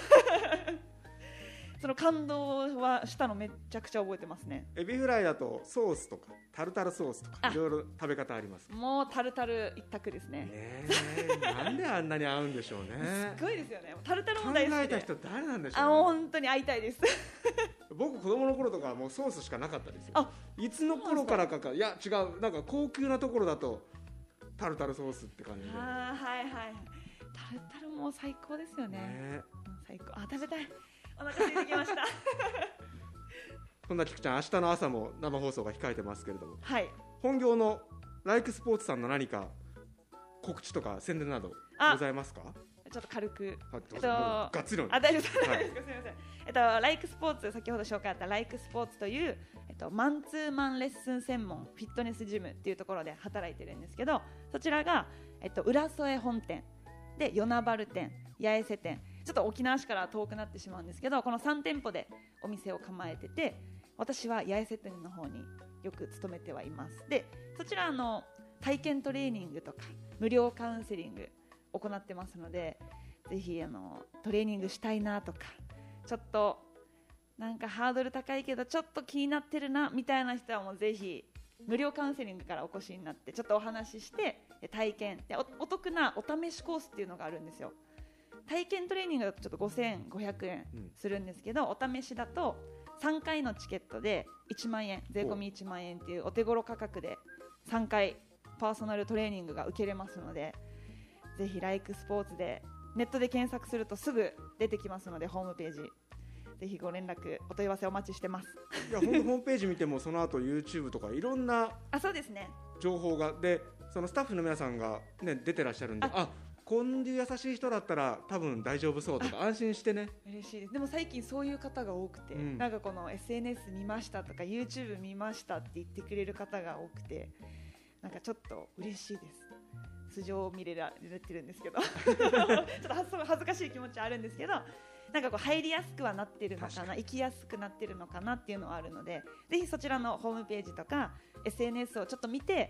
その感動はしたのめちゃくちゃ覚えてますね。
エビフライだとソースとかタルタルソースとかいろいろ食べ方あります。
もうタルタル一択ですね。
ねなんであんなに合うんでしょうね
すごいですよね。タルタルも大好きで。
考えた人誰なんでしょうね。
あ、もう本当に会いたいです
僕子供の頃とかもうソースしかなかったですよ。あ、いつの頃からかか、いや違う、なんか高級なところだとタルタルソースって感じで。
あ、はいはい、タルタルも最高ですよね。ね、最高。あ、食べたい、お腹空いてきました
そんな菊ちゃん、明日の朝も生放送が控えてますけれども、
はい、
本業のライクスポーツさんの何か告知とか宣伝などございますか？
ちょっと軽く、
えっと、がっつりの、
あ、大丈夫です、はい、すみません。えっと、ライクスポーツ、先ほど紹介あったライクスポーツという、えっと、マンツーマンレッスン専門フィットネスジムっていうところで働いてるんですけど、そちらが、えっと、浦添本店で与那原店、八重瀬店、ちょっと沖縄市から遠くなってしまうんですけど、このさん店舗でお店を構えてて、私は八重瀬店の方によく勤めてはいます。で、そちらの体験トレーニングとか無料カウンセリング行ってますので、ぜひあのトレーニングしたいなとか、ちょっとなんかハードル高いけどちょっと気になってるなみたいな人はもうぜひ無料カウンセリングからお越しになってちょっとお話しして体験で お, お得なお試しコースっていうのがあるんですよ。体験トレーニングだとちょっとごせんごひゃくえんするんですけど、うん、お試しだとさんかいのチケットでいちまんえん、税込みいちまんえんっていうお手頃価格でさんかいパーソナルトレーニングが受けれますので、ぜひライクスポーツでネットで検索するとすぐ出てきますので、ホームページぜひご連絡お問い合わせお待ちしてます。
いや本当ホームページ見てもその後 YouTube とかいろんな
あ、そうですね、
情報がで、そのスタッフの皆さんが、ね、出てらっしゃるんで、ああこういう優しい人だったら多分大丈夫そうとか安心してね。
嬉しいです。でも最近そういう方が多くて、うん、なんかこの エスエヌエス 見ましたとか YouTube 見ましたって言ってくれる方が多くて、なんかちょっと嬉しいです。素性を見れられてるんですけどちょっと恥ずかしい気持ちはあるんですけど、なんかこう入りやすくはなってるのかな、行きやすくなってるのかなっていうのはあるので、ぜひそちらのホームページとか エスエヌエス をちょっと見て、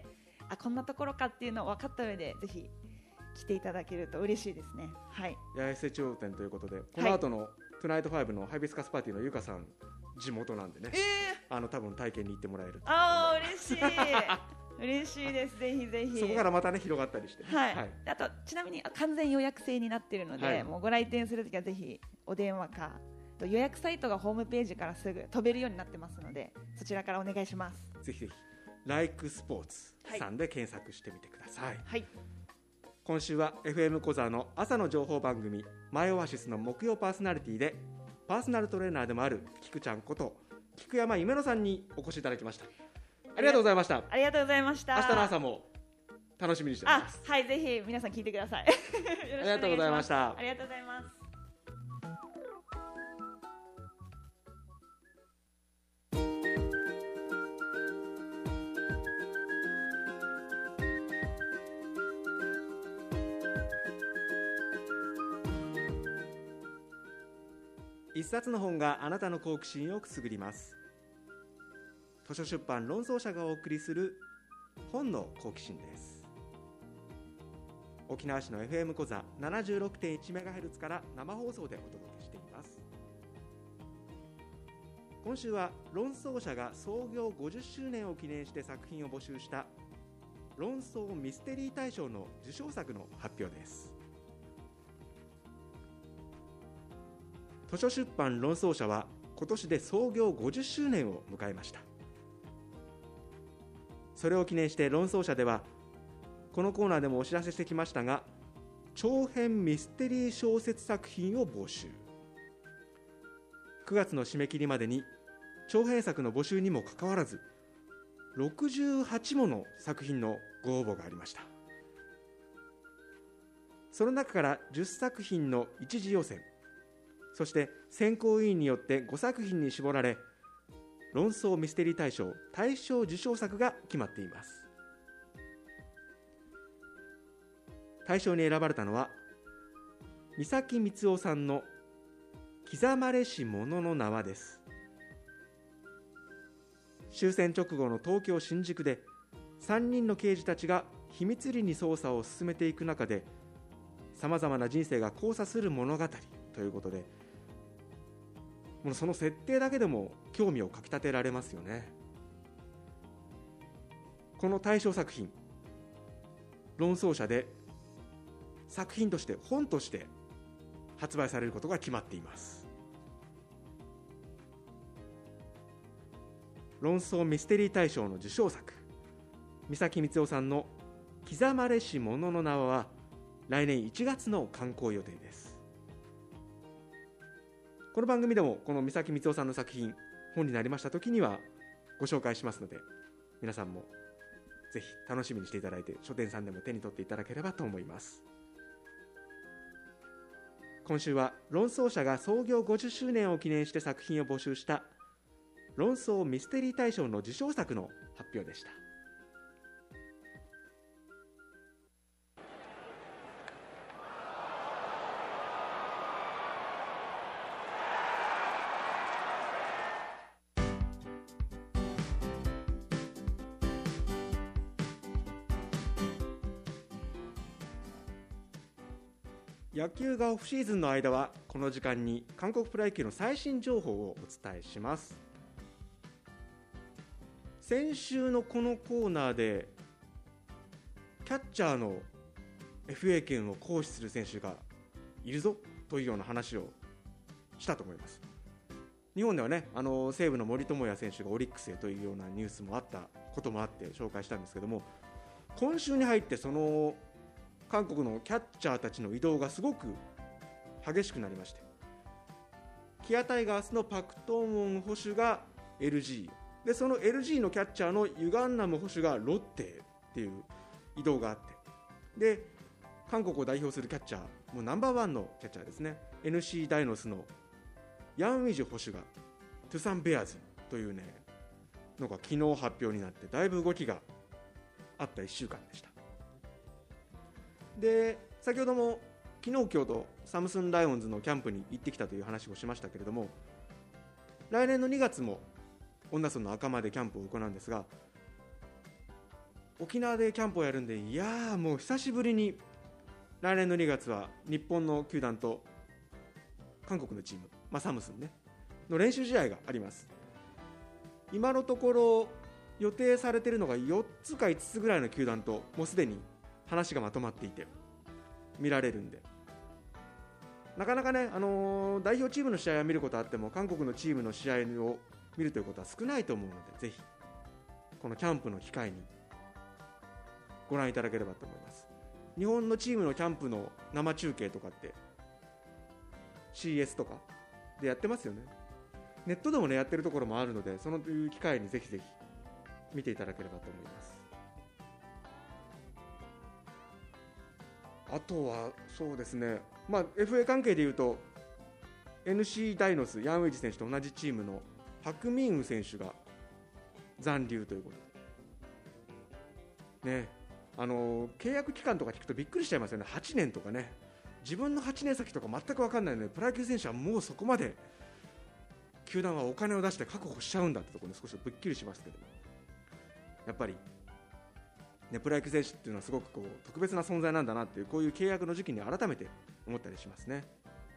あこんなところかっていうのを分かった上でぜひ来ていただけると嬉しいですね。はい。
八重瀬中央店ということで、この後のトゥナイトファイブのハイビスカスパーティーのゆかさん地元なんでね、えー、あの多分体験に行ってもらえる。
ああ嬉しい嬉しいです。ぜひぜひ
そこからまたね広がったりして、
はいはい、あとちなみに完全予約制になっているので、はい、もうご来店するときはぜひお電話か予約サイトがホームページからすぐ飛べるようになってますので、そちらからお願いします。
ぜひぜひライクスポーツさんで検索してみてください。
はい、
今週は エフエム コザの朝の情報番組マイオアシスの木曜パーソナリティでパーソナルトレーナーでもある菊ちゃんこと菊山夢乃さんにお越しいただきました。ありがとうございました。
ありがとうございました。
明日の朝も楽しみにしております。
あ、はい、ぜひ皆さん聞いてください。よろしくお願いします。
ありがとうございました。
ありがとうございます。
一冊の本があなたの好奇心をくすぐります。図書出版論争者がお送りする本の好奇心です。沖縄市の エフエム コザ ななじゅうろくてんいちメガヘルツ から生放送でお届けしています。今週は論争者が創業ごじゅっしゅうねんを記念して作品を募集した論争ミステリー大賞の受賞作の発表です。図書出版論争者は今年で創業ごじゅっしゅうねんを迎えました。それを記念して論争者ではこのコーナーでもお知らせしてきましたが、長編ミステリー小説作品を募集。くがつの締め切りまでに長編作の募集にもかかわらずろくじゅうはちもの作品のご応募がありました。その中からじゅっさく品の一次予選、そして選考委員によってごさく品に絞られ、論争ミステリー大賞大賞受賞作が決まっています。大賞に選ばれたのは三崎光雄さんの刻まれし者の縄です。終戦直後の東京新宿でさんにんの刑事たちが秘密裏に捜査を進めていく中で、さまざまな人生が交差する物語ということで、もうその設定だけでも興味をかきたてられますよね。この大賞作品、論争者で作品として本として発売されることが決まっています。論争ミステリー大賞の受賞作、三崎光雄さんの刻まれし者の縄は来年いちがつの刊行予定です。この番組でもこの三崎光雄さんの作品本になりました時にはご紹介しますので、皆さんもぜひ楽しみにしていただいて書店さんでも手に取っていただければと思います。今週は論争者が創業ごじゅっしゅうねんを記念して作品を募集した論争ミステリー大賞の受賞作の発表でした。野球がオフシーズンの間はこの時間に韓国プロ野球の最新情報をお伝えします。先週のこのコーナーでキャッチャーの エフエー 権を行使する選手がいるぞというような話をしたと思います。日本ではね、あの西武の森友哉選手がオリックスへというようなニュースもあったこともあって紹介したんですけども、今週に入ってその韓国のキャッチャーたちの移動がすごく激しくなりまして、キアタイガースのパク・トンウォン捕手が エルジー で、その エルジー のキャッチャーのユガンナム捕手がロッテっていう移動があって、で韓国を代表するキャッチャー、もうナンバーワンのキャッチャーですね、 エヌシー ダイノスのヤン・ウィジュ捕手がトゥサンベアーズというねのが昨日発表になって、だいぶ動きがあったいっしゅうかんでした。で先ほども昨日今日とサムスンライオンズのキャンプに行ってきたという話をしましたけれども、来年のにがつも恩納村の赤間でキャンプを行うんですが、 沖縄でキャンプをやるんで、いやーもう久しぶりに来年のにがつは日本の球団と韓国のチーム、まあ、サムスンねの練習試合があります。今のところ予定されているのがよっつかいつつぐらいの球団ともうすでに話がまとまっていて見られるんで、なかなかね、あのー、代表チームの試合は見ることあっても韓国のチームの試合を見るということは少ないと思うので、ぜひこのキャンプの機会にご覧いただければと思います。日本のチームのキャンプの生中継とかって シーエス とかでやってますよね。ネットでもねやってるところもあるので、そのいう機会にぜひぜひ見ていただければと思います。あとはそうですね、まあ、エフエー 関係でいうと エヌシー ダイノスヤンウェイジ選手と同じチームのパク・ミンウ選手が残留ということでね、あの契約期間とか聞くとびっくりしちゃいますよね。はちねんとかね、自分のはちねん先とか全く分かんないので、プロ野球選手はもうそこまで球団はお金を出して確保しちゃうんだってところに少しぶっきりしますけども、やっぱりね、プロ野球選手っていうのはすごくこう特別な存在なんだなっていう、こういう契約の時期に改めて思ったりしますね。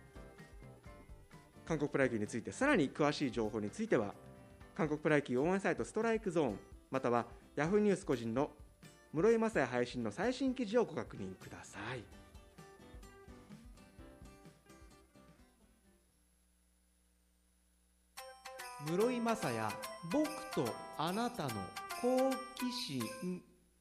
韓国プロ野球についてさらに詳しい情報については、韓国プロ野球応援サイトストライクゾーン、またはヤフーニュース個人の室井雅也配信の最新記事をご確認ください。
室井雅也、僕とあなたの好奇心。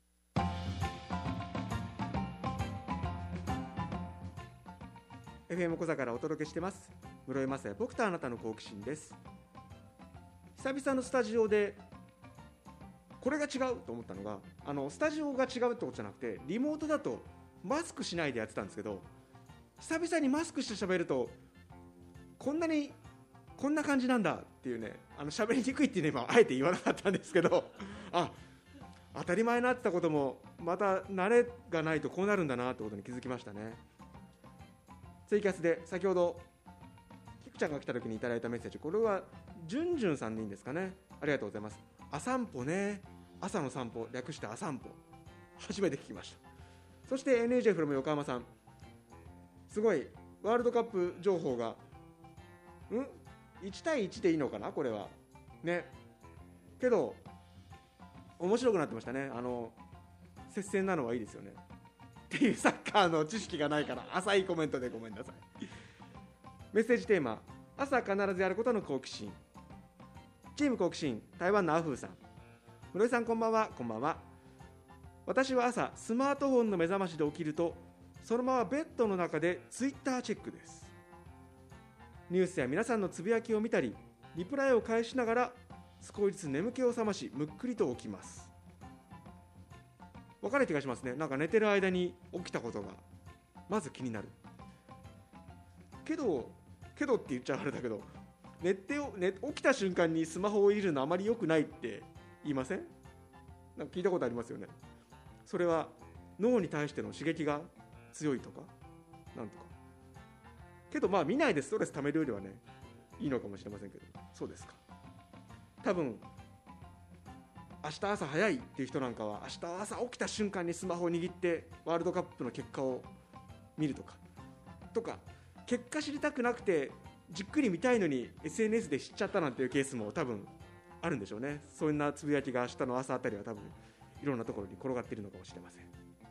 エフエム 小座からお届けしてます室井雅也、僕とあなたの好奇心です。久々のスタジオでこれが違うと思ったのが、あのスタジオが違うってことじゃなくて、リモートだとマスクしないでやってたんですけど、久々にマスクして喋るとこんなにこんな感じなんだっていうね、あの喋りにくいっていうね、今あえて言わなかったんですけど、あ、当たり前になってたこともまた慣れがないとこうなるんだなってことに気づきましたね。ツイキャスで先ほどキクちゃんが来た時にいただいたメッセージ、これはじゅんじゅんさんでいいんですかね、ありがとうございます。あ散歩ね、朝の散歩略してあ散歩、初めて聞きました。そして エヌエージェー フロム横浜さん、すごいワールドカップ情報がんいちたいいちでいいのかな、これはね、けど面白くなってましたね。あの接戦なのはいいですよねっていう、サッカーの知識がないから浅いコメントでごめんなさい。メッセージテーマ、朝必ずやることの好奇心。チーム好奇心、台湾のアフーさん、室井さんこんばんは。こんばんは。私は朝スマートフォンの目覚ましで起きると、そのままベッドの中でツイッターチェックです。ニュースや皆さんのつぶやきを見たり、リプライを返しながら少しずつ眠気を覚まし、むっくりと起きます。分かれて気がしますね。なんか寝てる間に起きたことがまず気になるけどけどって言っちゃあれだけど、寝てを、寝起きた瞬間にスマホをいじるのあまり良くないって言いません？なんか聞いたことありますよね。それは脳に対しての刺激が強いとかなんとか、けどまあ見ないでストレス溜めるよりはねいいのかもしれませんけど、そうですか。多分明日朝早いっていう人なんかは、明日朝起きた瞬間にスマホを握ってワールドカップの結果を見るとかとか、結果知りたくなくてじっくり見たいのに エスエヌエス で知っちゃったなんていうケースも多分あるんでしょうね。そんなつぶやきが明日の朝あたりは多分いろんなところに転がっているのかもしれません。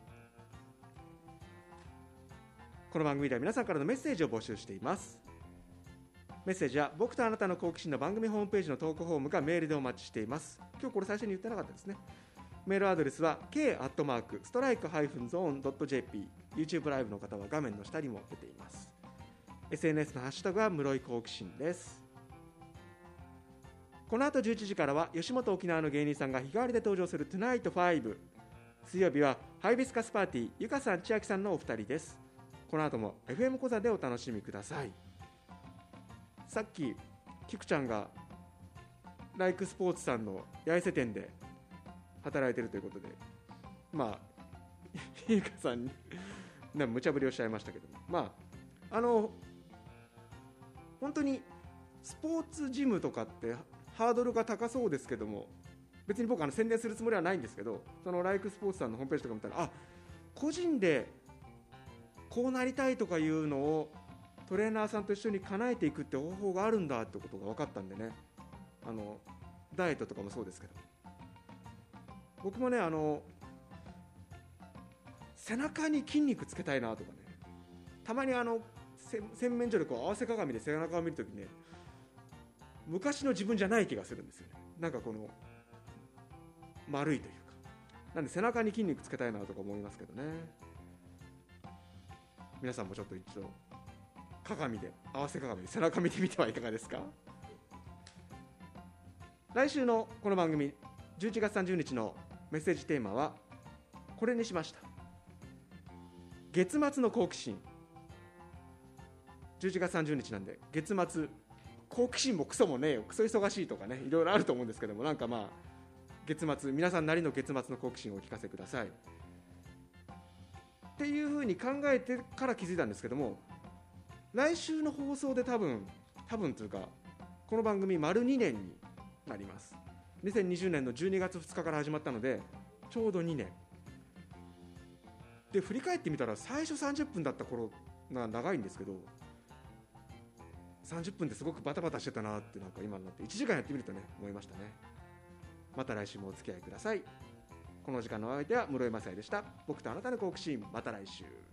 この番組では皆さんからのメッセージを募集しています。メッセージは僕とあなたの好奇心の番組ホームページの投稿フォームかメールでお待ちしています。今日これ最初に言ってなかったですね。メールアドレスは ケー アットマーク ストライク ゾーン ドット ジェーピー、 YouTube ライブの方は画面の下にも出ています。 エスエヌエス のハッシュタグは室井好奇心です。この後じゅういちじからは吉本沖縄の芸人さんが日替わりで登場するトゥナイトファイブ。水曜日はハイビスカスパーティー、ゆかさん千秋さんのお二人です。この後も エフエム 小座でお楽しみください。さっきキクちゃんがライクスポーツさんの八重瀬店で働いているということで、まあゆかさんに無茶ぶりをしちゃいましたけど、まああの本当にスポーツジムとかってハードルが高そうですけども、 別に僕あの宣伝するつもりはないんですけど、そのライクスポーツさんのホームページとか見たら、あ、個人でこうなりたいとかいうのをトレーナーさんと一緒に叶えていくって方法があるんだってことが分かったんでね、あのダイエットとかもそうですけど、僕もね、あの背中に筋肉つけたいなとかね、たまにあの洗面所でこう合わせ鏡で背中を見るときね、昔の自分じゃない気がするんですよね。なんかこの丸いというか、なんで背中に筋肉つけたいなとか思いますけどね。皆さんもちょっと一度鏡で、合わせ鏡で背中見てみてはいかがですか。来週のこの番組じゅういちがつさんじゅうにちのメッセージテーマはこれにしました。月末の好奇心。じゅういちがつさんじゅうにちなんで、月末好奇心もクソもねえよ、クソ忙しいとかね、いろいろあると思うんですけども、なんかまあ月末、皆さんなりの月末の好奇心をお聞かせくださいっていうふうに考えてから気づいたんですけども、来週の放送で多分多分というかこの番組丸にねんになります。にせんにじゅうねんのじゅうにがつふつかから始まったのでちょうどにねんで、振り返ってみたら最初さんじゅっぷんだった頃が長いんですけど、さんじゅっぷんってすごくバタバタしてたなって、なんか今になっていちじかんやってみるとね思いましたね。また来週もお付き合いください。この時間のお相手は室井雅也でした。僕とあなたの好奇心、また来週。